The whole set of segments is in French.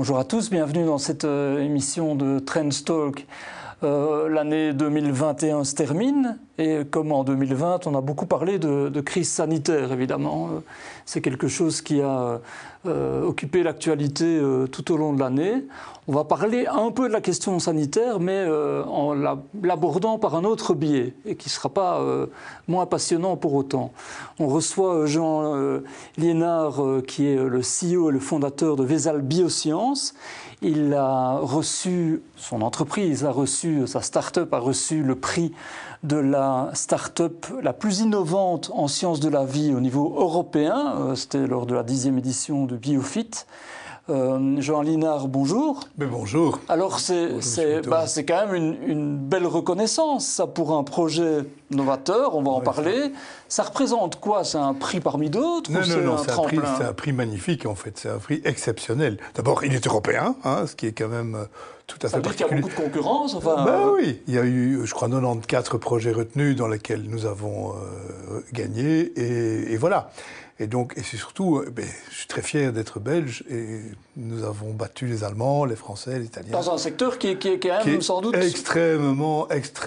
Bonjour à tous, bienvenue dans cette émission de Trends Talk. L'année 2021 se termine et comme en 2020, on a beaucoup parlé de crise sanitaire évidemment. C'est quelque chose qui a occupé l'actualité tout au long de l'année. On va parler un peu de la question sanitaire, mais en l'abordant par un autre biais et qui ne sera pas moins passionnant pour autant. On reçoit Jean Liénard, qui est le CEO et le fondateur de Vesal Biosciences. Il a reçu, son entreprise a reçu, sa start-up a reçu le prix de la start-up la plus innovante en sciences de la vie au niveau européen. C'était lors de la 10e édition de Biofit. Jean Liénard, bonjour. Mais bonjour. Alors c'est quand même une belle reconnaissance, ça, pour un projet novateur, on va en parler. Ça représente quoi? C'est un prix parmi d'autres? Non, c'est un prix magnifique en fait, c'est un prix exceptionnel. D'abord, il est européen, ce qui est quand même tout à fait particulier. Ça veut dire qu'il y a beaucoup de concurrence Oui, il y a eu, je crois, 94 projets retenus dans lesquels nous avons gagné, et voilà. Et c'est surtout, je suis très fier d'être belge et nous avons battu les Allemands, les Français, les Italiens. Dans un secteur qui est quand même sans doute extrêmement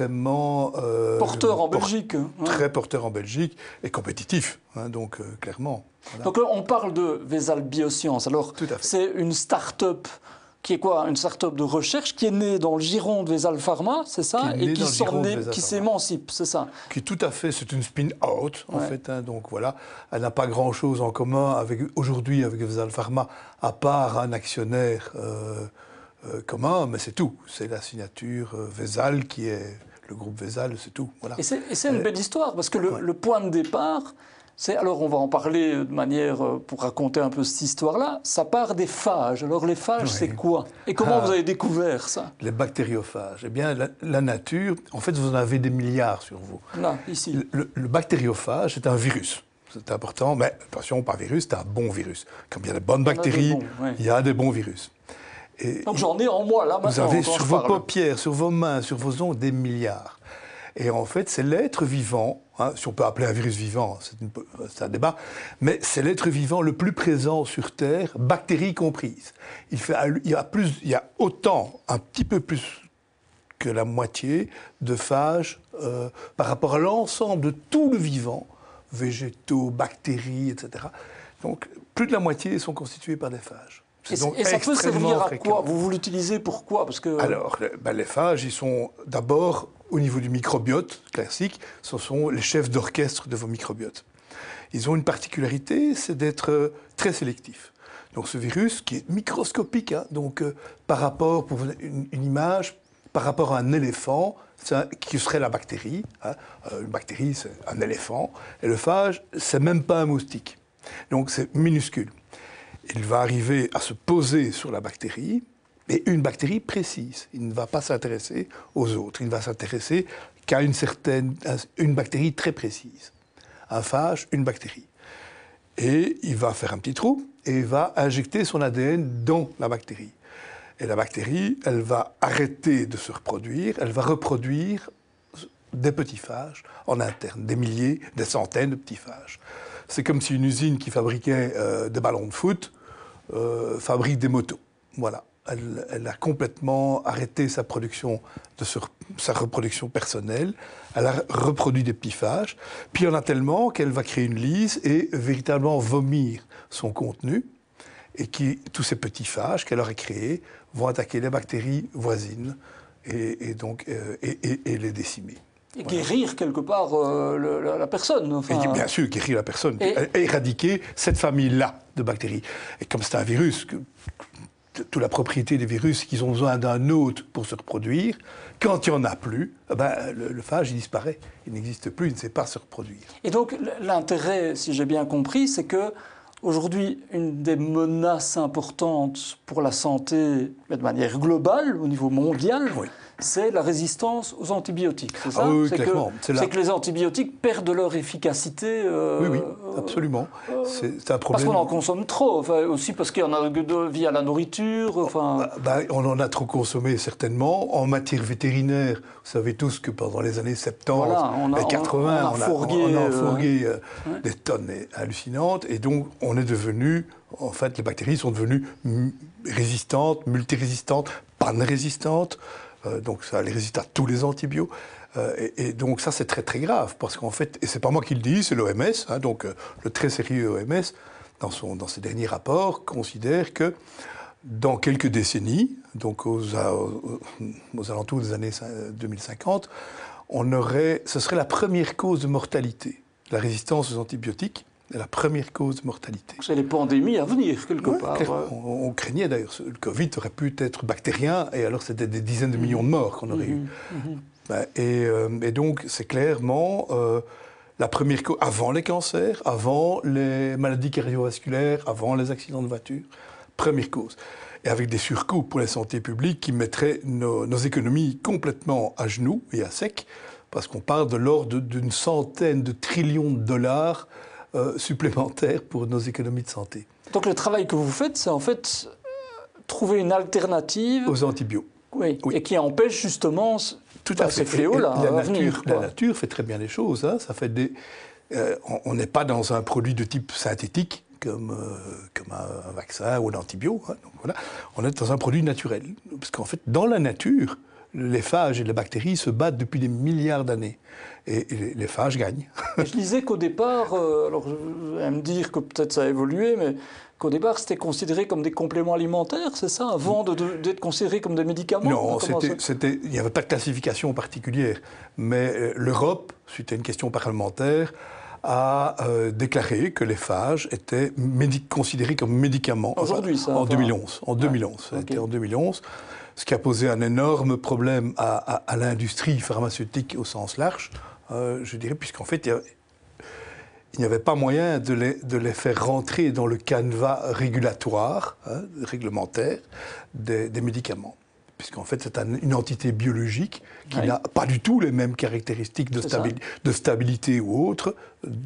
porteur en Belgique. Très porteur en Belgique et compétitif, donc clairement. Voilà. Donc on parle de Vesal Biosciences. Alors c'est une start-up qui est quoi? Une start-up de recherche qui est née dans le giron de Vesal Pharma, c'est ça? Et qui s'émancipe, c'est ça? Qui tout à fait, c'est une spin-out en fait. Donc voilà, elle n'a pas grand-chose en commun aujourd'hui avec Vesal Pharma, à part un actionnaire commun, mais c'est tout. C'est la signature Vesal qui est le groupe Vesal, c'est tout. Voilà. Et c'est une belle histoire, parce que le point de départ, alors on va en parler de manière pour raconter un peu cette histoire-là, ça part des phages. Alors les phages, c'est quoi? Et comment vous avez découvert ça? Les bactériophages. Eh bien, la nature, en fait, vous en avez des milliards sur vous. Là, ici. Le bactériophage, c'est un virus. C'est important, mais attention, pas virus, c'est un bon virus. Comme il y a des bonnes bactéries, il y a des bons virus. Et donc j'en ai en moi, là, maintenant. Vous avez sur vos paupières, sur vos mains, sur vos ongles, des milliards. Et en fait, c'est l'être vivant, si on peut appeler un virus vivant, c'est un débat, mais c'est l'être vivant le plus présent sur Terre, bactéries comprises. Il y a autant, un petit peu plus que la moitié de phages par rapport à l'ensemble de tout le vivant, végétaux, bactéries, etc. Donc, plus de la moitié sont constitués par des phages. Et ça peut servir à quoi? Vous l'utilisez pour quoi? Alors, les phages, ils sont d'abord, au niveau du microbiote classique, ce sont les chefs d'orchestre de vos microbiotes. Ils ont une particularité, c'est d'être très sélectifs. Donc ce virus, qui est microscopique, par rapport, pour vous donner une image, par rapport à un éléphant, qui serait la bactérie. Une bactérie, c'est un éléphant. Et le phage, c'est même pas un moustique. Donc c'est minuscule. Il va arriver à se poser sur la bactérie, et une bactérie précise. Il ne va pas s'intéresser aux autres. Il ne va s'intéresser qu'à une bactérie très précise. Un phage, une bactérie. Et il va faire un petit trou, et il va injecter son ADN dans la bactérie. Et la bactérie, elle va arrêter de se reproduire, elle va reproduire des petits phages en interne, des milliers, des centaines de petits phages. C'est comme si une usine qui fabriquait des ballons de foot fabrique des motos. Voilà. Elle a complètement arrêté sa reproduction personnelle. Elle a reproduit des petits phages. Puis il y en a tellement qu'elle va créer une lyse et véritablement vomir son contenu. Et tous ces petits phages qu'elle aurait créés vont attaquer les bactéries voisines et les décimer. Et guérir quelque part la personne. Et bien sûr, guérir la personne. Éradiquer cette famille-là de bactéries. Et comme c'est un virus, toute la propriété des virus, c'est qu'ils ont besoin d'un hôte pour se reproduire. Quand il n'y en a plus, le phage, il disparaît. Il n'existe plus, il ne sait pas se reproduire. Et donc, l'intérêt, si j'ai bien compris, c'est que aujourd'hui, une des menaces importantes pour la santé, mais de manière globale, au niveau mondial, c'est la résistance aux antibiotiques. C'est ça? Ah oui, c'est clairement. C'est que les antibiotiques perdent leur efficacité. Oui, absolument. C'est un problème. Parce qu'on en consomme trop, enfin, aussi parce qu'il y en a via la nourriture. Enfin... On en a trop consommé, certainement. En matière vétérinaire, vous savez tous que pendant les années 70 et 80, on a fourgué des tonnes hallucinantes. Et donc, on est devenu, en fait, les bactéries sont devenues résistantes, multirésistantes, panrésistantes. Donc, ça les résiste à tous les antibiotiques. Et donc, ça, c'est très, très grave. Parce qu'en fait, et c'est pas moi qui le dis, c'est l'OMS, donc le très sérieux OMS, dans ses derniers rapports, considère que dans quelques décennies, donc aux alentours des années 2050, ce serait la première cause de mortalité. La résistance aux antibiotiques est la première cause de mortalité. C'est les pandémies à venir, quelque part. On craignait d'ailleurs, le Covid aurait pu être bactérien, et alors c'était des dizaines de millions de morts qu'on aurait eu. Et donc, c'est clairement la première cause, avant les cancers, avant les maladies cardiovasculaires, avant les accidents de voiture, première cause. Et avec des surcoûts pour la santé publique qui mettraient nos économies complètement à genoux et à sec, parce qu'on parle de l'ordre d'une centaine de trillions de dollars supplémentaires pour nos économies de santé. Donc le travail que vous faites, c'est en fait trouver une alternative aux antibiotiques. Oui, et qui empêche justement tout à fait. Ces fléaux-là à venir. La nature fait très bien les choses. Hein. Ça fait on n'est pas dans un produit de type synthétique, comme un vaccin ou un antibiotique. Hein. Donc, voilà. On est dans un produit naturel. Parce qu'en fait, dans la nature, les phages et les bactéries se battent depuis des milliards d'années. Et les phages gagnent. Je disais qu'au départ, alors je vais me dire que peut-être ça a évolué, mais qu'au départ c'était considéré comme des compléments alimentaires, c'est ça, avant d'être considéré comme des médicaments? Non, il n'y avait pas de classification particulière. Mais l'Europe, suite à une question parlementaire, a déclaré que les phages étaient considérés comme médicaments. Aujourd'hui, ça? En 2011. En 2011. Ça a été en 2011. Ce qui a posé un énorme problème à l'industrie pharmaceutique au sens large, je dirais, puisqu'en fait, il n'y avait pas moyen de les faire rentrer dans le canevas régulatoire, réglementaire, des médicaments. Puisqu'en fait, c'est une entité biologique qui n'a pas du tout les mêmes caractéristiques de stabilité ou autre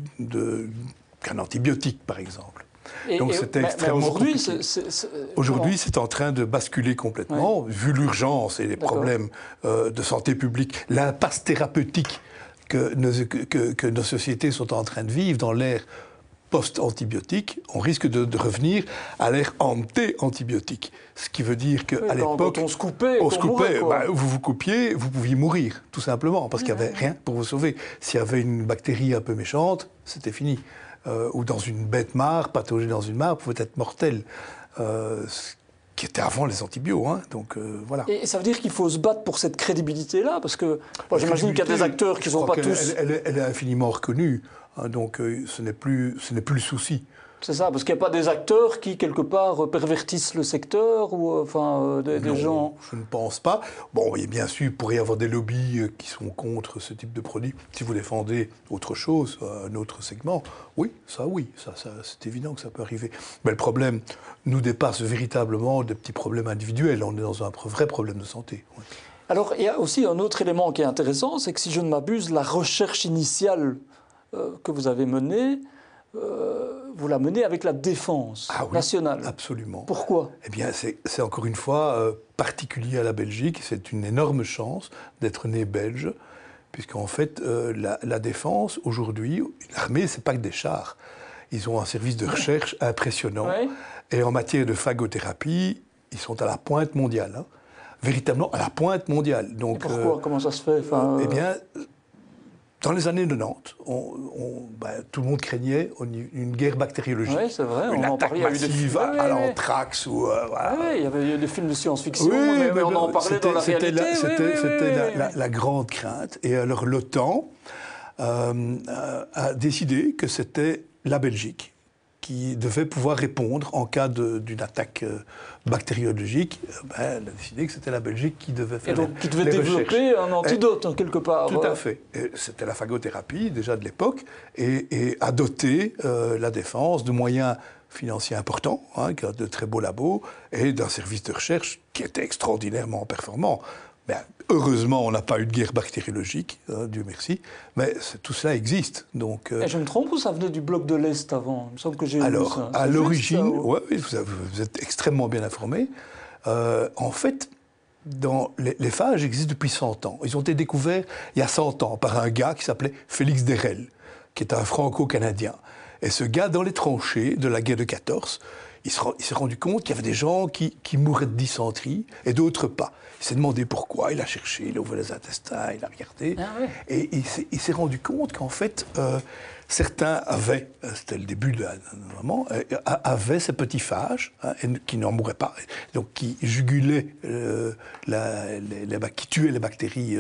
qu'un antibiotique, par exemple. Donc c'était extrêmement compliqué. Aujourd'hui, c'est en train de basculer complètement, vu l'urgence et les problèmes de santé publique, l'impasse thérapeutique que nos sociétés sont en train de vivre dans l'ère post-antibiotique. On risque de revenir à l'ère anté-antibiotique. Ce qui veut dire qu'à l'époque, on se coupait, vous vous coupiez, vous pouviez mourir, tout simplement, parce qu'il n'y avait rien pour vous sauver. S'il y avait une bactérie un peu méchante, c'était fini. Ou dans une bête mare, pathogène dans une mare, pouvait être mortel. Qui était avant les antibiotiques. Hein, donc, voilà. Et ça veut dire qu'il faut se battre pour cette crédibilité-là? Parce que j'imagine qu'il y a des acteurs qui ne sont pas tous... Elle est infiniment reconnue. Hein, donc ce n'est plus le souci. C'est ça, parce qu'il n'y a pas des acteurs qui, quelque part, pervertissent le secteur ou des gens... Je ne pense pas. Bon, bien sûr, il pourrait y avoir des lobbies qui sont contre ce type de produit. Si vous défendez autre chose, un autre segment, oui, ça c'est évident que ça peut arriver. Mais le problème nous dépasse véritablement des petits problèmes individuels. On est dans un vrai problème de santé. Oui. Alors, il y a aussi un autre élément qui est intéressant, c'est que si je ne m'abuse, la recherche initiale que vous avez menée, vous la menez avec la défense nationale. Absolument. Pourquoi? Eh bien, c'est encore une fois particulier à la Belgique. C'est une énorme chance d'être né belge, puisqu'en fait, la défense, aujourd'hui, l'armée, ce n'est pas que des chars. Ils ont un service de recherche impressionnant. Ouais. Et en matière de phagothérapie, ils sont à la pointe mondiale. Hein. Véritablement à la pointe mondiale. Donc, et pourquoi? Comment ça se fait? Eh bien... Dans les années 90, tout le monde craignait une guerre bactériologique. Oui, c'est vrai. Une attaque massive à l'anthrax. Voilà. Oui, il y avait des films de science-fiction, mais on en parlait dans la réalité. C'était la grande crainte. Et alors l'OTAN a décidé que c'était la Belgique qui devait pouvoir répondre en cas d'une attaque bactériologique. Elle a décidé que c'était la Belgique qui devait faire qui devait développer un antidote, quelque part. Tout à fait. C'était la phagothérapie, déjà de l'époque, et a doté la défense de moyens financiers importants, de très beaux labos, et d'un service de recherche qui était extraordinairement performant. Ben, heureusement, on n'a pas eu de guerre bactériologique, Dieu merci, mais tout cela existe. Donc, et je me trompe ou ça venait du bloc de l'Est avant? Il me semble que j'ai lu ça. À l'origine, ouais, vous êtes extrêmement bien informé. En fait, les phages existent depuis 100 ans. Ils ont été découverts il y a 100 ans par un gars qui s'appelait Félix Derel, qui est un franco-canadien. Et ce gars, dans les tranchées de la guerre de 14, il s'est rendu compte qu'il y avait des gens qui mouraient de dysenterie et d'autres pas. Il s'est demandé pourquoi, il a cherché, il a ouvert les intestins, il a regardé. Ah oui. Et il s'est rendu compte qu'en fait, certains avaient, c'était le début de moment, avaient ces petits phages qui n'en mouraient pas, donc qui jugulaient, qui tuaient les bactéries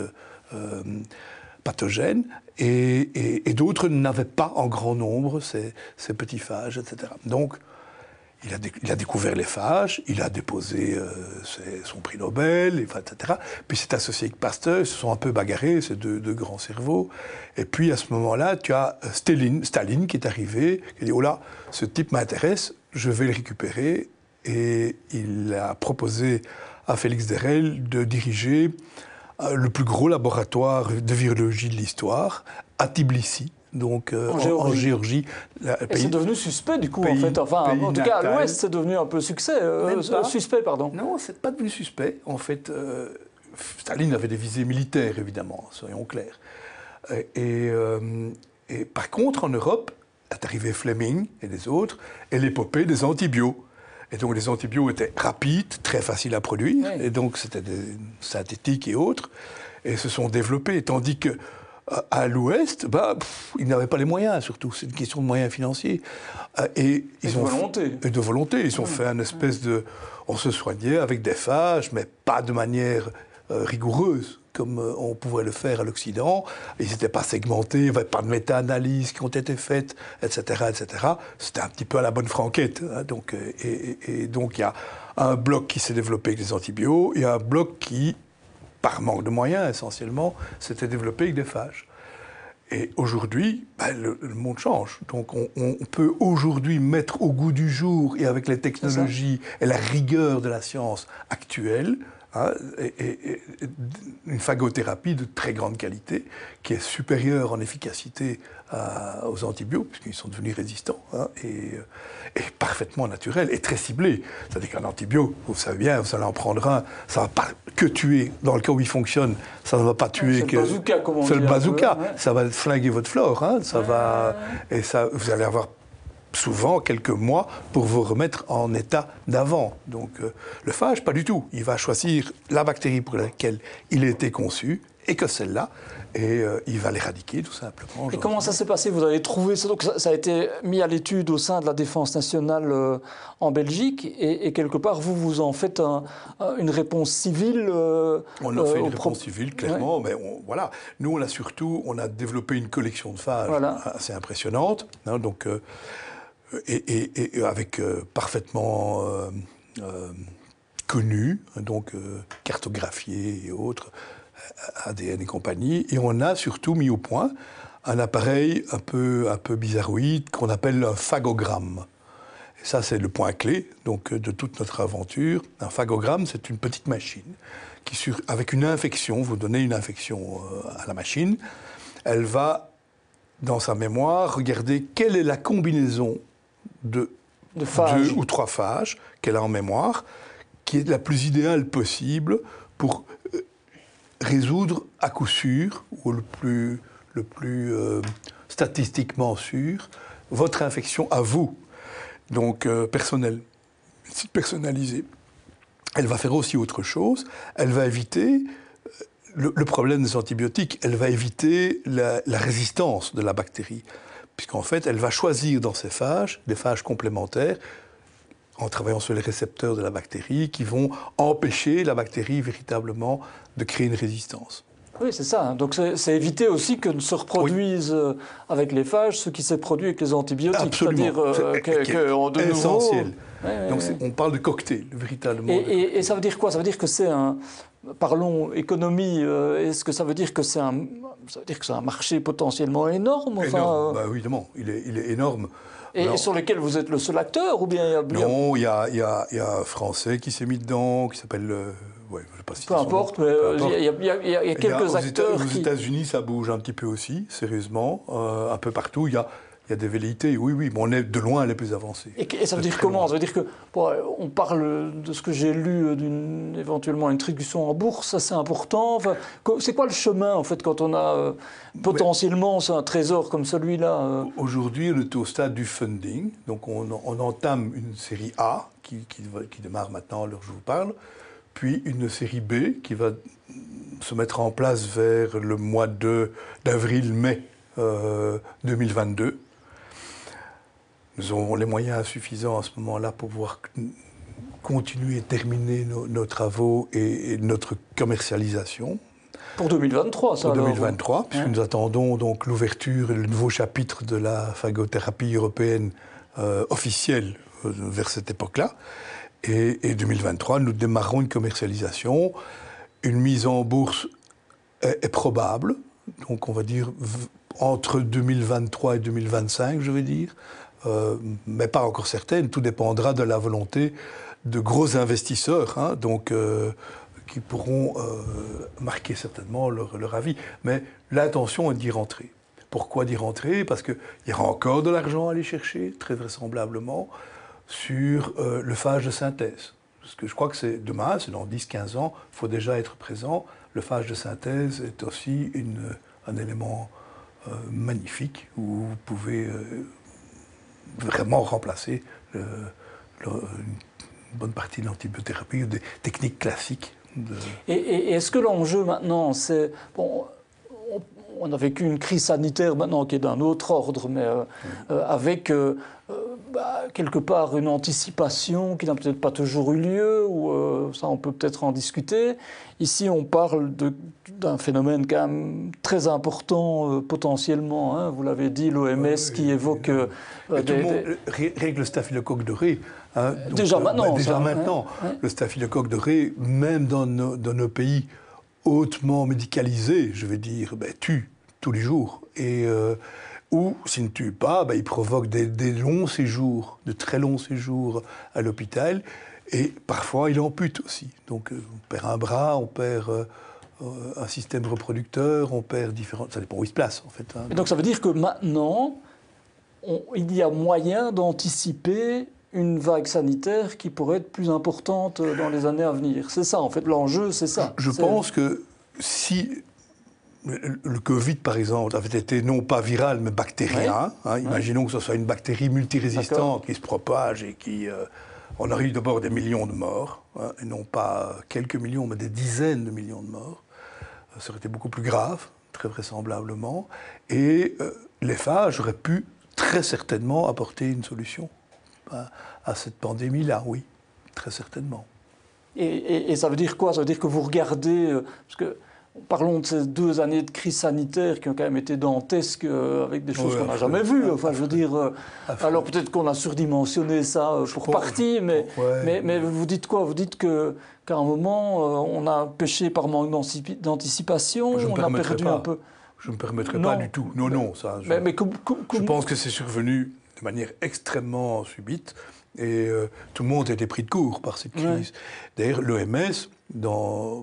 pathogènes, et d'autres n'avaient pas en grand nombre ces petits phages, etc. Donc, il a découvert les phages, il a déposé son prix Nobel, etc. Puis s'est associé avec Pasteur, ils se sont un peu bagarrés, ces deux grands cerveaux. Et puis à ce moment-là, tu as Staline qui est arrivé, qui a dit « Oh là, ce type m'intéresse, je vais le récupérer ». Et il a proposé à Félix Derel de diriger le plus gros laboratoire de virologie de l'histoire, à Tbilissi. Donc en Géorgie. Et c'est devenu suspect du coup en fait. Enfin, en tout cas à l'Ouest c'est devenu un peu suspect pardon. Non, c'est pas devenu suspect. En fait, Staline avait des visées militaires évidemment, soyons clairs. Et par contre en Europe est arrivé Fleming et les autres et l'épopée des antibiotiques. Et donc les antibiotiques étaient rapides, très faciles à produire, oui. Et donc c'était des synthétiques et autres, et se sont développés, tandis que à l'Ouest, ils n'avaient pas les moyens, surtout. C'est une question de moyens financiers. Et de volonté. Et de volonté. Ils ont fait une espèce de... On se soignait avec des phages, mais pas de manière rigoureuse, comme on pouvait le faire à l'Occident. Ils n'étaient pas segmentés, il n'y avait pas de méta-analyses qui ont été faites, etc., etc. C'était un petit peu à la bonne franquette. Hein, donc, et donc, il y a un bloc qui s'est développé avec les antibiotiques, et un bloc qui, par manque de moyens essentiellement, s'était développé avec des phages. Et aujourd'hui, le monde change. Donc on peut aujourd'hui mettre au goût du jour, et avec les technologies et la rigueur de la science actuelle, et une phagothérapie de très grande qualité, qui est supérieure en efficacité aux antibiotiques, puisqu'ils sont devenus résistants, et parfaitement naturel, et très ciblé. C'est-à-dire qu'un antibiotique, vous savez bien, vous allez en prendre un, ça ne va pas que tuer, dans le cas où il fonctionne, ça ne va pas tuer que... C'est le bazooka, comme on dit. C'est le bazooka, ça va flinguer votre flore, ça va... Et ça, vous allez avoir souvent quelques mois pour vous remettre en état d'avant. Donc le phage, pas du tout. Il va choisir la bactérie pour laquelle il a été conçu, et que celle-là, et il va l'éradiquer tout simplement. Et comment ça s'est passé? Vous avez trouvé ça? Donc ça a été mis à l'étude au sein de la Défense nationale en Belgique, et quelque part vous en faites une réponse civile. On a fait une réponse civile, clairement, mais voilà. Nous, on a développé une collection de phages assez impressionnante, donc, et avec parfaitement connus, donc cartographiés et autres, ADN et compagnie, et on a surtout mis au point un appareil un peu bizarroïde qu'on appelle un phagogramme. Et ça, c'est le point clé donc, de toute notre aventure. Un phagogramme, c'est une petite machine qui, avec une infection, vous donnez une infection à la machine, elle va, dans sa mémoire, regarder quelle est la combinaison de 2 ou 3 phages qu'elle a en mémoire, qui est la plus idéale possible pour résoudre à coup sûr, ou le plus statistiquement sûr, votre infection à vous. Donc personnelle, personnalisée. Elle va faire aussi autre chose, elle va éviter le problème des antibiotiques, elle va éviter la résistance de la bactérie, puisqu'en fait, elle va choisir dans ces phages, des phages complémentaires, en travaillant sur les récepteurs de la bactérie, qui vont empêcher la bactérie véritablement de créer une résistance. Oui, c'est ça. Donc c'est éviter aussi que ne se reproduise avec les phages ce qui s'est produit avec les antibiotiques. Absolument. C'est-à-dire c'est essentiel. Donc on parle de cocktail, véritablement. Et ça veut dire quoi? Ça veut dire que c'est un... Parlons économie, est-ce que ça veut dire que c'est un marché potentiellement énorme? Énorme, évidemment, il est énorme. Et sur lequel vous êtes le seul acteur ou bien il y a... Non, il y a un Français qui s'est mis dedans, qui s'appelle ouais, je sais pas si peu importe, mais il y a quelques acteurs Aux États-Unis, ça bouge un petit peu aussi, sérieusement. Un peu partout, il y a des velléités, oui, mais on est de loin les plus avancés. Et ça veut dire comment? Ça veut dire que on parle de ce que j'ai lu d'une éventuellement une introduction en bourse, ça c'est important. Enfin, c'est quoi le chemin en fait quand on a potentiellement un trésor comme celui-là? Aujourd'hui, on est au stade du funding, donc on entame une série A qui démarre maintenant à l'heure où je vous parle, puis une série B qui va se mettre en place vers le mois d'avril-mai 2022. Nous avons les moyens suffisants à ce moment-là pour pouvoir continuer et terminer nos travaux et notre commercialisation. Pour 2023, ça. Pour 2023, puisque nous attendons donc l'ouverture et le nouveau chapitre de la phagothérapie européenne officielle vers cette époque-là. Et 2023, nous démarrons une commercialisation. Une mise en bourse est probable, donc on va dire entre 2023 et 2025, je vais dire. Mais pas encore certaine. Tout dépendra de la volonté de gros investisseurs, hein, donc, qui pourront marquer certainement leur avis. Mais l'intention est d'y rentrer. Pourquoi d'y rentrer? Parce qu'il y aura encore de l'argent à aller chercher, très vraisemblablement, sur le phage de synthèse. Parce que je crois que c'est demain, c'est dans 10-15 ans, il faut déjà être présent. Le phage de synthèse est aussi un élément magnifique où vous pouvez vraiment remplacer une bonne partie de l'antibiothérapie ou des techniques classiques. Et est-ce que l'enjeu maintenant, c'est... Bon, on a vécu une crise sanitaire maintenant qui est d'un autre ordre, mais avec quelque part une anticipation qui n'a peut-être pas toujours eu lieu, ou ça on peut peut-être en discuter. Ici on parle d'un phénomène quand même très important potentiellement, hein, vous l'avez dit, l'OMS qui évoque... tout le monde règle le staphylocoque doré. Hein, donc, déjà maintenant. Le staphylocoque doré, même dans nos pays hautement médicalisés, je vais dire, tue tous les jours. Ou, s'il ne tue pas, il provoque des longs séjours, de très longs séjours à l'hôpital. Et parfois, il ampute aussi. Donc, on perd un bras, on perd un système reproducteur, on perd différents... Ça dépend où il se place, en fait. Hein. Et donc, ça veut dire que maintenant, il y a moyen d'anticiper une vague sanitaire qui pourrait être plus importante dans les années à venir. C'est ça, en fait, l'enjeu, c'est ça. Je pense que si le Covid, par exemple, avait été non pas viral, mais bactérien, imaginons que ce soit une bactérie multirésistante qui se propage et qui... on aurait eu d'abord des millions de morts, et non pas quelques millions, mais des dizaines de millions de morts. Ça aurait été beaucoup plus grave, très vraisemblablement. Et les phages auraient pu très certainement apporter une solution à cette pandémie-là, oui, très certainement. Et ça veut dire quoi? Ça veut dire que vous regardez... parce que, parlons de ces 2 années de crise sanitaire qui ont quand même été dantesques avec des choses qu'on n'a jamais vues. Enfin, je veux dire... alors peut-être qu'on a surdimensionné ça pour partie, mais vous dites quoi? Vous dites qu'à un moment, on a péché par manque d'anticipation, on a perdu un peu... Je ne me permettrai pas du tout. Non, ça... Je pense que c'est survenu de manière extrêmement subite et tout le monde a été pris de court par cette crise. D'ailleurs, l'OMS, dans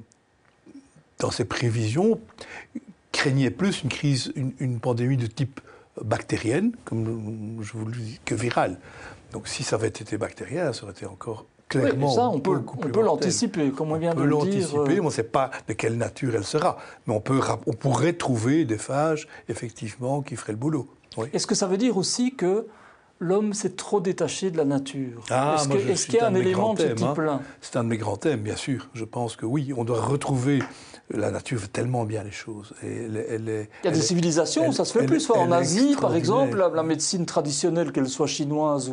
ses prévisions, craignait plus une crise, une pandémie de type bactérienne, comme je vous le dis, que virale. Donc si ça avait été bactérien, ça aurait été encore clairement... Oui, ça, on peut l'anticiper, comme on vient de le dire. On peut l'anticiper, on ne sait pas de quelle nature elle sera. Mais on pourrait trouver des phages, effectivement, qui feraient le boulot. Oui. Est-ce que ça veut dire aussi que l'homme s'est trop détaché de la nature? Est-ce qu'il y a un élément de ce type-là? C'est un de mes grands thèmes, bien sûr. Je pense que oui, on doit retrouver... La nature fait tellement bien les choses. Il y a des civilisations, ça se fait plus. En Asie, par exemple, la médecine traditionnelle, qu'elle soit chinoise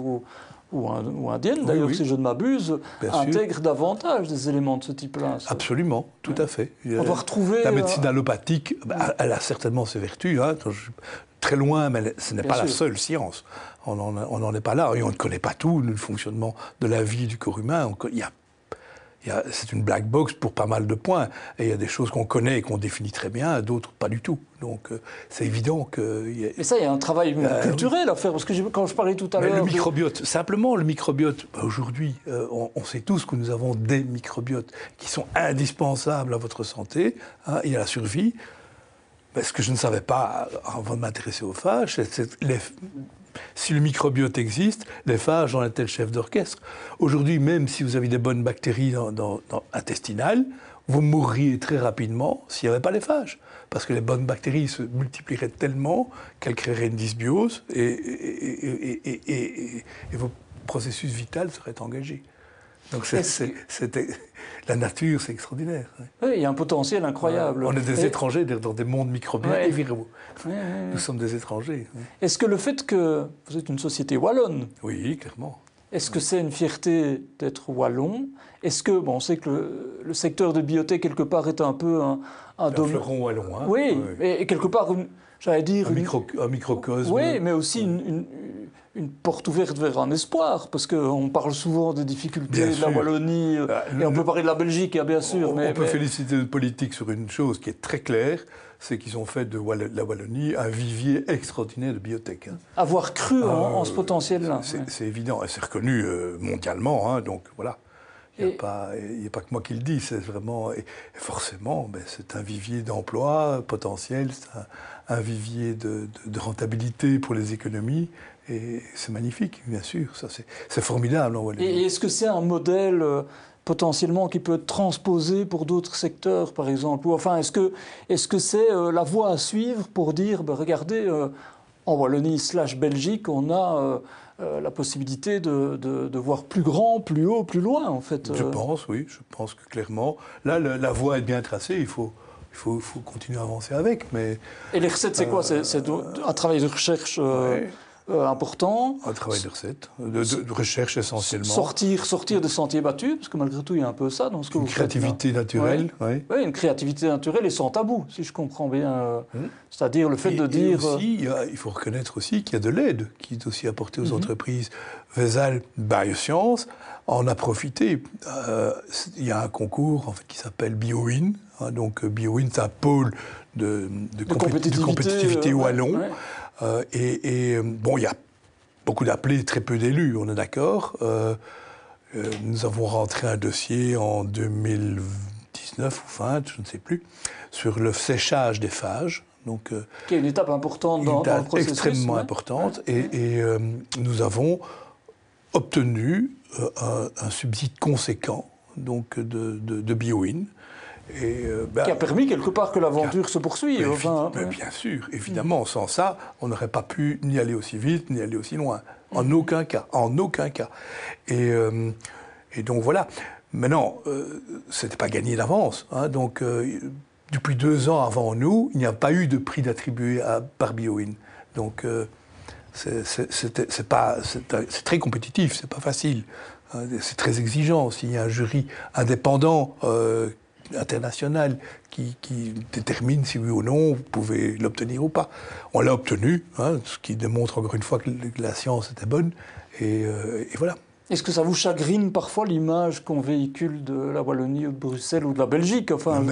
ou indienne, d'ailleurs, si je ne m'abuse, intègre davantage des éléments de ce type-là. Absolument, tout à fait. On doit retrouver... La médecine allopathique, elle a certainement ses vertus. Hein. Très loin, mais ce n'est pas la seule science. On n'en est pas là. Et on ne connaît pas tout le fonctionnement de la vie du corps humain. Il c'est une black box pour pas mal de points. Et il y a des choses qu'on connaît et qu'on définit très bien, d'autres pas du tout. Donc c'est évident que... Mais ça, il y a un travail culturel à faire, parce que quand je parlais tout à l'heure... Le microbiote, simplement le microbiote, aujourd'hui, on sait tous que nous avons des microbiotes qui sont indispensables à votre santé et à la survie. Mais ce que je ne savais pas avant de m'intéresser aux phages, si le microbiote existe, les phages en étaient le chef d'orchestre. Aujourd'hui, même si vous avez des bonnes bactéries intestinales, vous mourriez très rapidement s'il n'y avait pas les phages. Parce que les bonnes bactéries se multiplieraient tellement qu'elles créeraient une dysbiose et vos processus vitaux seraient engagés. Donc la nature, c'est extraordinaire. Oui, il y a un potentiel incroyable. On est des étrangers dans des mondes microbiens et viraux. Nous sommes des étrangers. Est-ce que le fait que vous êtes une société wallonne... Oui, clairement. Est-ce que c'est une fierté d'être wallon? Est-ce que, on sait que le secteur de biotech, quelque part, est un peu un domaine... fleuron wallon. Oui, et quelque part, j'allais dire... Un microcosme. Oui, mais aussi une porte ouverte vers un espoir, parce qu'on parle souvent des difficultés de la Wallonie, et on peut parler de la Belgique, bien sûr. On peut féliciter le politique sur une chose qui est très claire, c'est qu'ils ont fait de la Wallonie un vivier extraordinaire de biotech. Avoir cru en ce potentiel-là. C'est évident, et c'est reconnu mondialement, donc voilà. Il n'y a pas que moi qui le dis, c'est vraiment... Et forcément, c'est un vivier d'emploi potentiel, c'est un vivier de rentabilité pour les économies, et c'est magnifique, bien sûr, c'est formidable en Wallonie. Et est-ce que c'est un modèle potentiellement qui peut être transposé pour d'autres secteurs, par exemple? Ou enfin, est-ce que c'est la voie à suivre pour dire, regardez, en Wallonie / Belgique, on a... la possibilité de voir plus grand, plus haut, plus loin, en fait. Je pense, oui, je pense que clairement. Là, la voie est bien tracée, il faut continuer à avancer avec. Mais, et les recettes, c'est quoi? C'est un travail de recherche important. Un travail de recettes, de recherche essentiellement. Sortir des sentiers battus, parce que malgré tout, il y a un peu ça dans ce que vous faites. Une créativité naturelle. Oui, une créativité naturelle et sans tabou, si je comprends bien. C'est-à-dire le fait de dire... Et aussi, il faut reconnaître aussi qu'il y a de l'aide qui est aussi apportée aux entreprises. Vesal Biosciences en a profité. Il y a un concours en fait, qui s'appelle BioWin. Donc BioWin, c'est un pôle de compétitivité wallon. Bon, il y a beaucoup d'appelés, très peu d'élus, on est d'accord. Nous avons rentré un dossier en 2019 ou 20, je ne sais plus, sur le séchage des phages. Donc, qui est une étape importante dans le processus. Extrêmement importante. Et nous avons obtenu un subside conséquent donc, de BioWin. Qui a permis quelque part que l'aventure se poursuive. Bien sûr, évidemment. Sans ça, on n'aurait pas pu ni aller aussi vite, ni aller aussi loin. En aucun cas. En aucun cas. Et donc voilà. Maintenant, ce n'était pas gagné d'avance. Donc, depuis 2 ans avant nous, il n'y a pas eu de prix attribué par BioWin. Donc, c'est très compétitif, c'est pas facile. C'est très exigeant. S'il y a un jury indépendant international qui détermine si oui ou non vous pouvez l'obtenir ou pas. On l'a obtenu, ce qui démontre encore une fois que la science était bonne, et voilà. Est-ce que ça vous chagrine parfois l'image qu'on véhicule de la Wallonie ou de Bruxelles ou de la Belgique? Enfin,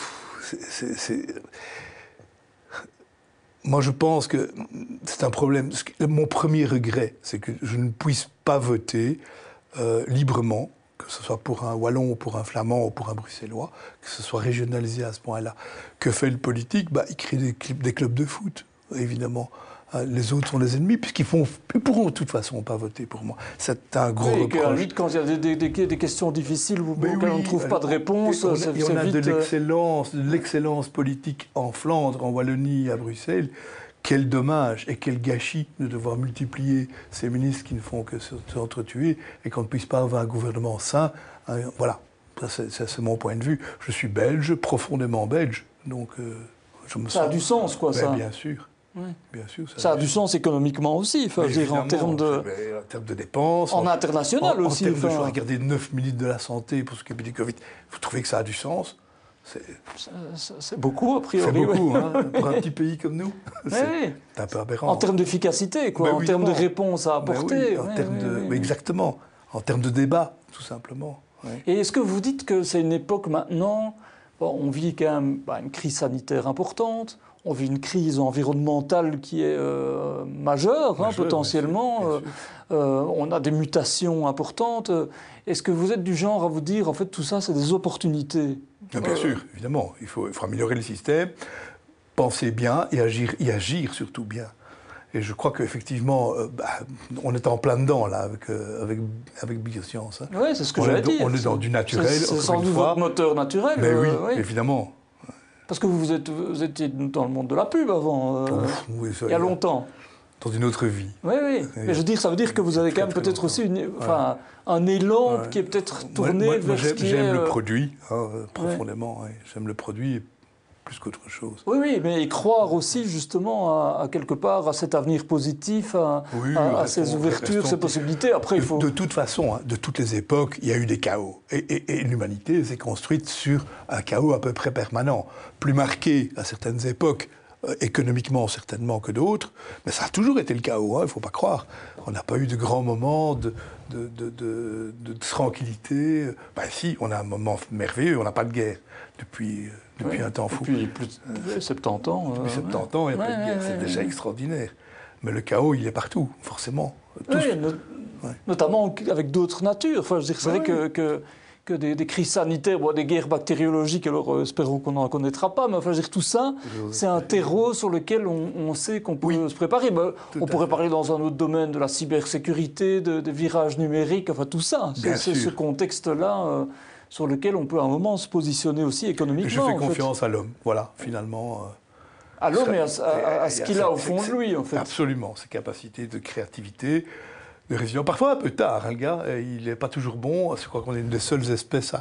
moi, je pense que c'est un problème. Mon premier regret, c'est que je ne puisse pas voter librement, que ce soit pour un Wallon, ou pour un Flamand, ou pour un Bruxellois, que ce soit régionalisé à ce point-là. Que fait le politique? Il crée des clubs de foot, évidemment. Les autres sont des ennemis, puisqu'ils pourront de toute façon pas voter pour moi. C'est un gros reproche. Quand il y a des questions difficiles auxquelles on ne trouve pas de réponse, on a de l'excellence politique en Flandre, en Wallonie, à Bruxelles. Quel dommage et quel gâchis de devoir multiplier ces ministres qui ne font que s'entretuer et qu'on ne puisse pas avoir un gouvernement sain. Voilà, c'est mon point de vue. Je suis belge, profondément belge, donc je me sens... Ça a du sens, quoi, ça. Bien sûr. Oui. Bien sûr, ça a du sens économiquement aussi, en termes de dépenses. En international aussi. En termes de regarder 9 ministres de la Santé pour s'occuper du Covid, vous trouvez que ça a du sens? C'est beaucoup, a priori. C'est beaucoup, pour un petit pays comme nous. C'est un peu aberrant. En termes d'efficacité, quoi, en termes de réponse à apporter. Exactement. En termes de débat, tout simplement. Ouais. Et est-ce que vous dites que c'est une époque maintenant, bon, on vit quand même une crise sanitaire importante, on vit une crise environnementale qui est majeure, potentiellement, bien sûr. on a des mutations importantes. Est-ce que vous êtes du genre à vous dire, en fait, tout ça, c'est des opportunités? Bien sûr, évidemment. Il faut améliorer le système, penser bien et agir surtout bien. Et je crois qu'effectivement, on est en plein dedans, là, avec Bioscience. Hein. Oui, c'est ce que j'allais dire. On est dans du naturel, c'est sans doute votre moteur naturel. Mais oui, évidemment. Parce que vous étiez dans le monde de la pub avant, oui, ça, il y a longtemps. Dans une autre vie. Oui, oui. Mais je veux dire, ça veut dire que vous avez quand même peut-être aussi un élan qui est peut-être tourné vers ce qui est... J'aime le produit, profondément. Ouais. J'aime le produit plus qu'autre chose. Oui, oui, mais croire aussi justement à quelque part à cet avenir positif, à ces ouvertures, ces possibilités. Après, il faut... De toute façon, hein, de toutes les époques, il y a eu des chaos. Et l'humanité s'est construite sur un chaos à peu près permanent. Plus marqué à certaines époques, économiquement certainement que d'autres, mais ça a toujours été le chaos, hein, il ne faut pas croire. On n'a pas eu de grands moments de tranquillité. Ben si, on a un moment merveilleux, on n'a pas de guerre depuis un temps fou. Depuis plus de 70 ans. Depuis 70 ans, il n'y a pas de guerre, c'est déjà extraordinaire. Mais le chaos, il est partout, forcément. Notamment avec d'autres natures. Enfin, je veux dire, c'est vrai que des crises sanitaires, des guerres bactériologiques, alors espérons qu'on n'en connaîtra pas, mais enfin, je veux dire, tout ça, c'est un terreau sur lequel on sait qu'on peut se préparer. On pourrait parler dans un autre domaine de la cybersécurité, des virages numériques, enfin tout ça. C'est ce contexte-là sur lequel on peut à un moment se positionner aussi économiquement. Et je fais confiance à l'homme, voilà, finalement. À l'homme et à ce qu'il a au fond de lui, en fait. Absolument, ses capacités de créativité, de résilience. Parfois un peu tard, hein, le gars, il n'est pas toujours bon. Je crois qu'on est une des seules espèces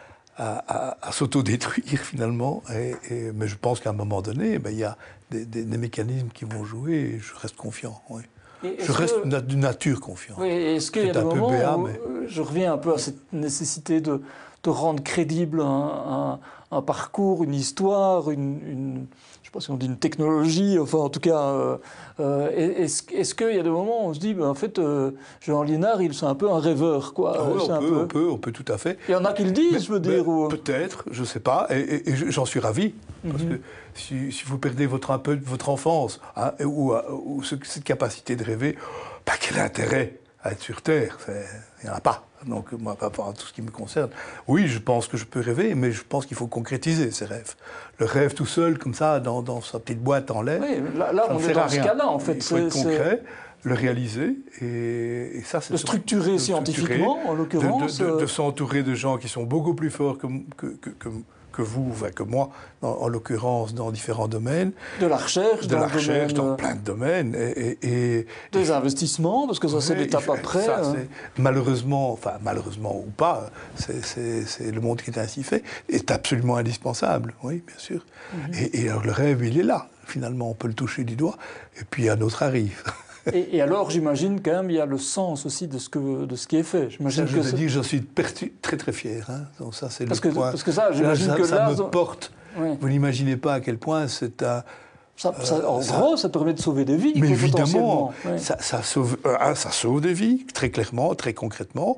à s'autodétruire, finalement. Mais je pense qu'à un moment donné, il y a des mécanismes qui vont jouer et je reste confiant, oui. Je reste d'une nature confiant. Oui, est-ce qu'il y a des moments où je reviens un peu à cette nécessité de rendre crédible un parcours, une histoire, je ne sais pas si on dit une technologie, enfin en tout cas, est-ce qu'il y a des moments où on se dit, en fait, Jean Liénard, c'est un peu un rêveur, quoi. Ah oui, on peut tout à fait. Il y en a qui le disent, je veux dire. Peut-être, je ne sais pas, et j'en suis ravi, parce que si vous perdez un peu votre enfance, hein, ou cette capacité de rêver, quel intérêt à être sur Terre? Il n'y en a pas. Donc, moi, par rapport à tout ce qui me concerne, oui, je pense que je peux rêver, mais je pense qu'il faut concrétiser ces rêves. Le rêve tout seul, comme ça, dans sa petite boîte en l'air, oui, là on est dans ce cas-là, en fait. Il faut être concret, le réaliser, et ça, c'est... De structurer scientifiquement, en l'occurrence. De s'entourer de gens qui sont beaucoup plus forts que vous, enfin, que moi, en l'occurrence, dans différents domaines. De la recherche, dans plein de domaines. Et des investissements, parce que ça, c'est l'étape après. Ça, malheureusement ou pas, c'est le monde qui est ainsi fait, est absolument indispensable, oui, bien sûr. Et alors, le rêve, il est là, finalement, on peut le toucher du doigt, et puis un autre arrive. Et alors, j'imagine quand même, il y a le sens aussi de ce qui est fait. Je te dis, j'en suis très très fier. Hein. Donc ça, c'est le point. Parce que ça, j'imagine que ça me porte. Oui. Vous n'imaginez pas à quel point c'est un... en gros, ça permet de sauver des vies. Mais évidemment, ça sauve des vies, très clairement, très concrètement.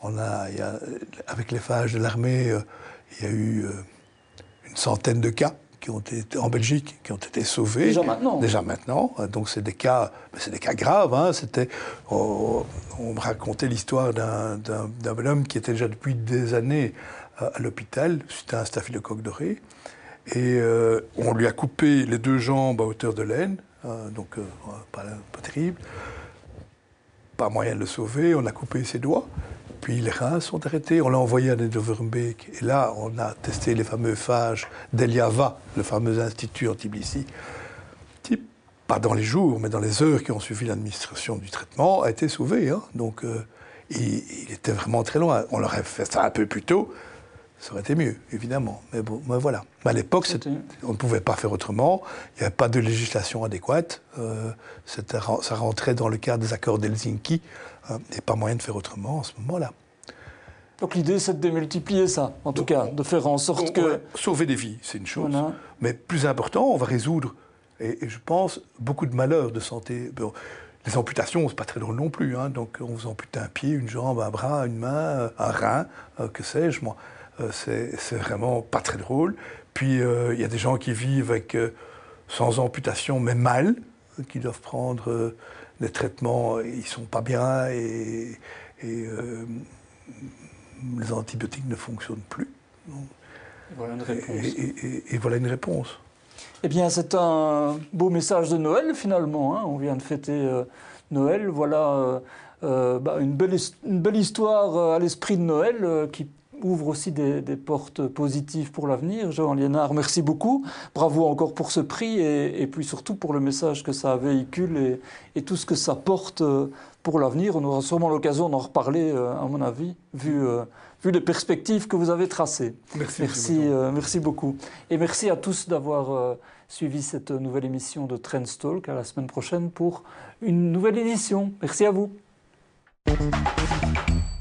Avec les phages de l'armée, il y a eu une centaine de cas en Belgique, qui ont été sauvés. Déjà maintenant. Donc c'est des cas graves. Hein. On me racontait l'histoire d'un bonhomme qui était déjà depuis des années à l'hôpital, suite à un staphylocoque doré. Et on lui a coupé les 2 jambes à hauteur de l'aine, donc pas terrible. Pas moyen de le sauver, on a coupé ses doigts. Puis les reins sont arrêtés, on l'a envoyé à Nederverbeek. Et là, on a testé les fameux phages d'Eliava, le fameux institut en Tbilissi, qui, pas dans les jours, mais dans les heures qui ont suivi l'administration du traitement, a été sauvé. Hein. Donc, il était vraiment très loin. On l'aurait fait ça un peu plus tôt, ça aurait été mieux, évidemment. Mais bon, voilà. Mais à l'époque, on ne pouvait pas faire autrement. Il n'y avait pas de législation adéquate. Ça rentrait dans le cadre des accords d'Helsinki. Il n'y a pas moyen de faire autrement en ce moment-là. Donc l'idée, c'est de démultiplier ça, en tout cas, de faire en sorte que... Sauver des vies, c'est une chose. Voilà. Mais plus important, on va résoudre, et je pense, beaucoup de malheurs de santé. Bon, Les amputations, c'est pas très drôle non plus. Hein. Donc, on vous ampute un pied, une jambe, un bras, une main, un rein, que sais-je. Moi, c'est vraiment pas très drôle. Puis, il y a des gens qui vivent avec, sans amputation, mais mal, qui doivent prendre des traitements. Ils sont pas bien et les antibiotiques ne fonctionnent plus. Voilà une réponse. Et voilà une réponse. Eh bien, c'est un beau message de Noël, finalement. Hein. On vient de fêter Noël. Voilà une belle histoire à l'esprit de Noël qui ouvre aussi des portes positives pour l'avenir. Jean Liénard, merci beaucoup. Bravo encore pour ce prix et puis surtout pour le message que ça véhicule et tout ce que ça porte pour l'avenir. On aura sûrement l'occasion d'en reparler, à mon avis, vu les perspectives que vous avez tracées. Merci beaucoup. Et merci à tous d'avoir suivi cette nouvelle émission de Trends Talk. À la semaine prochaine pour une nouvelle édition. Merci à vous.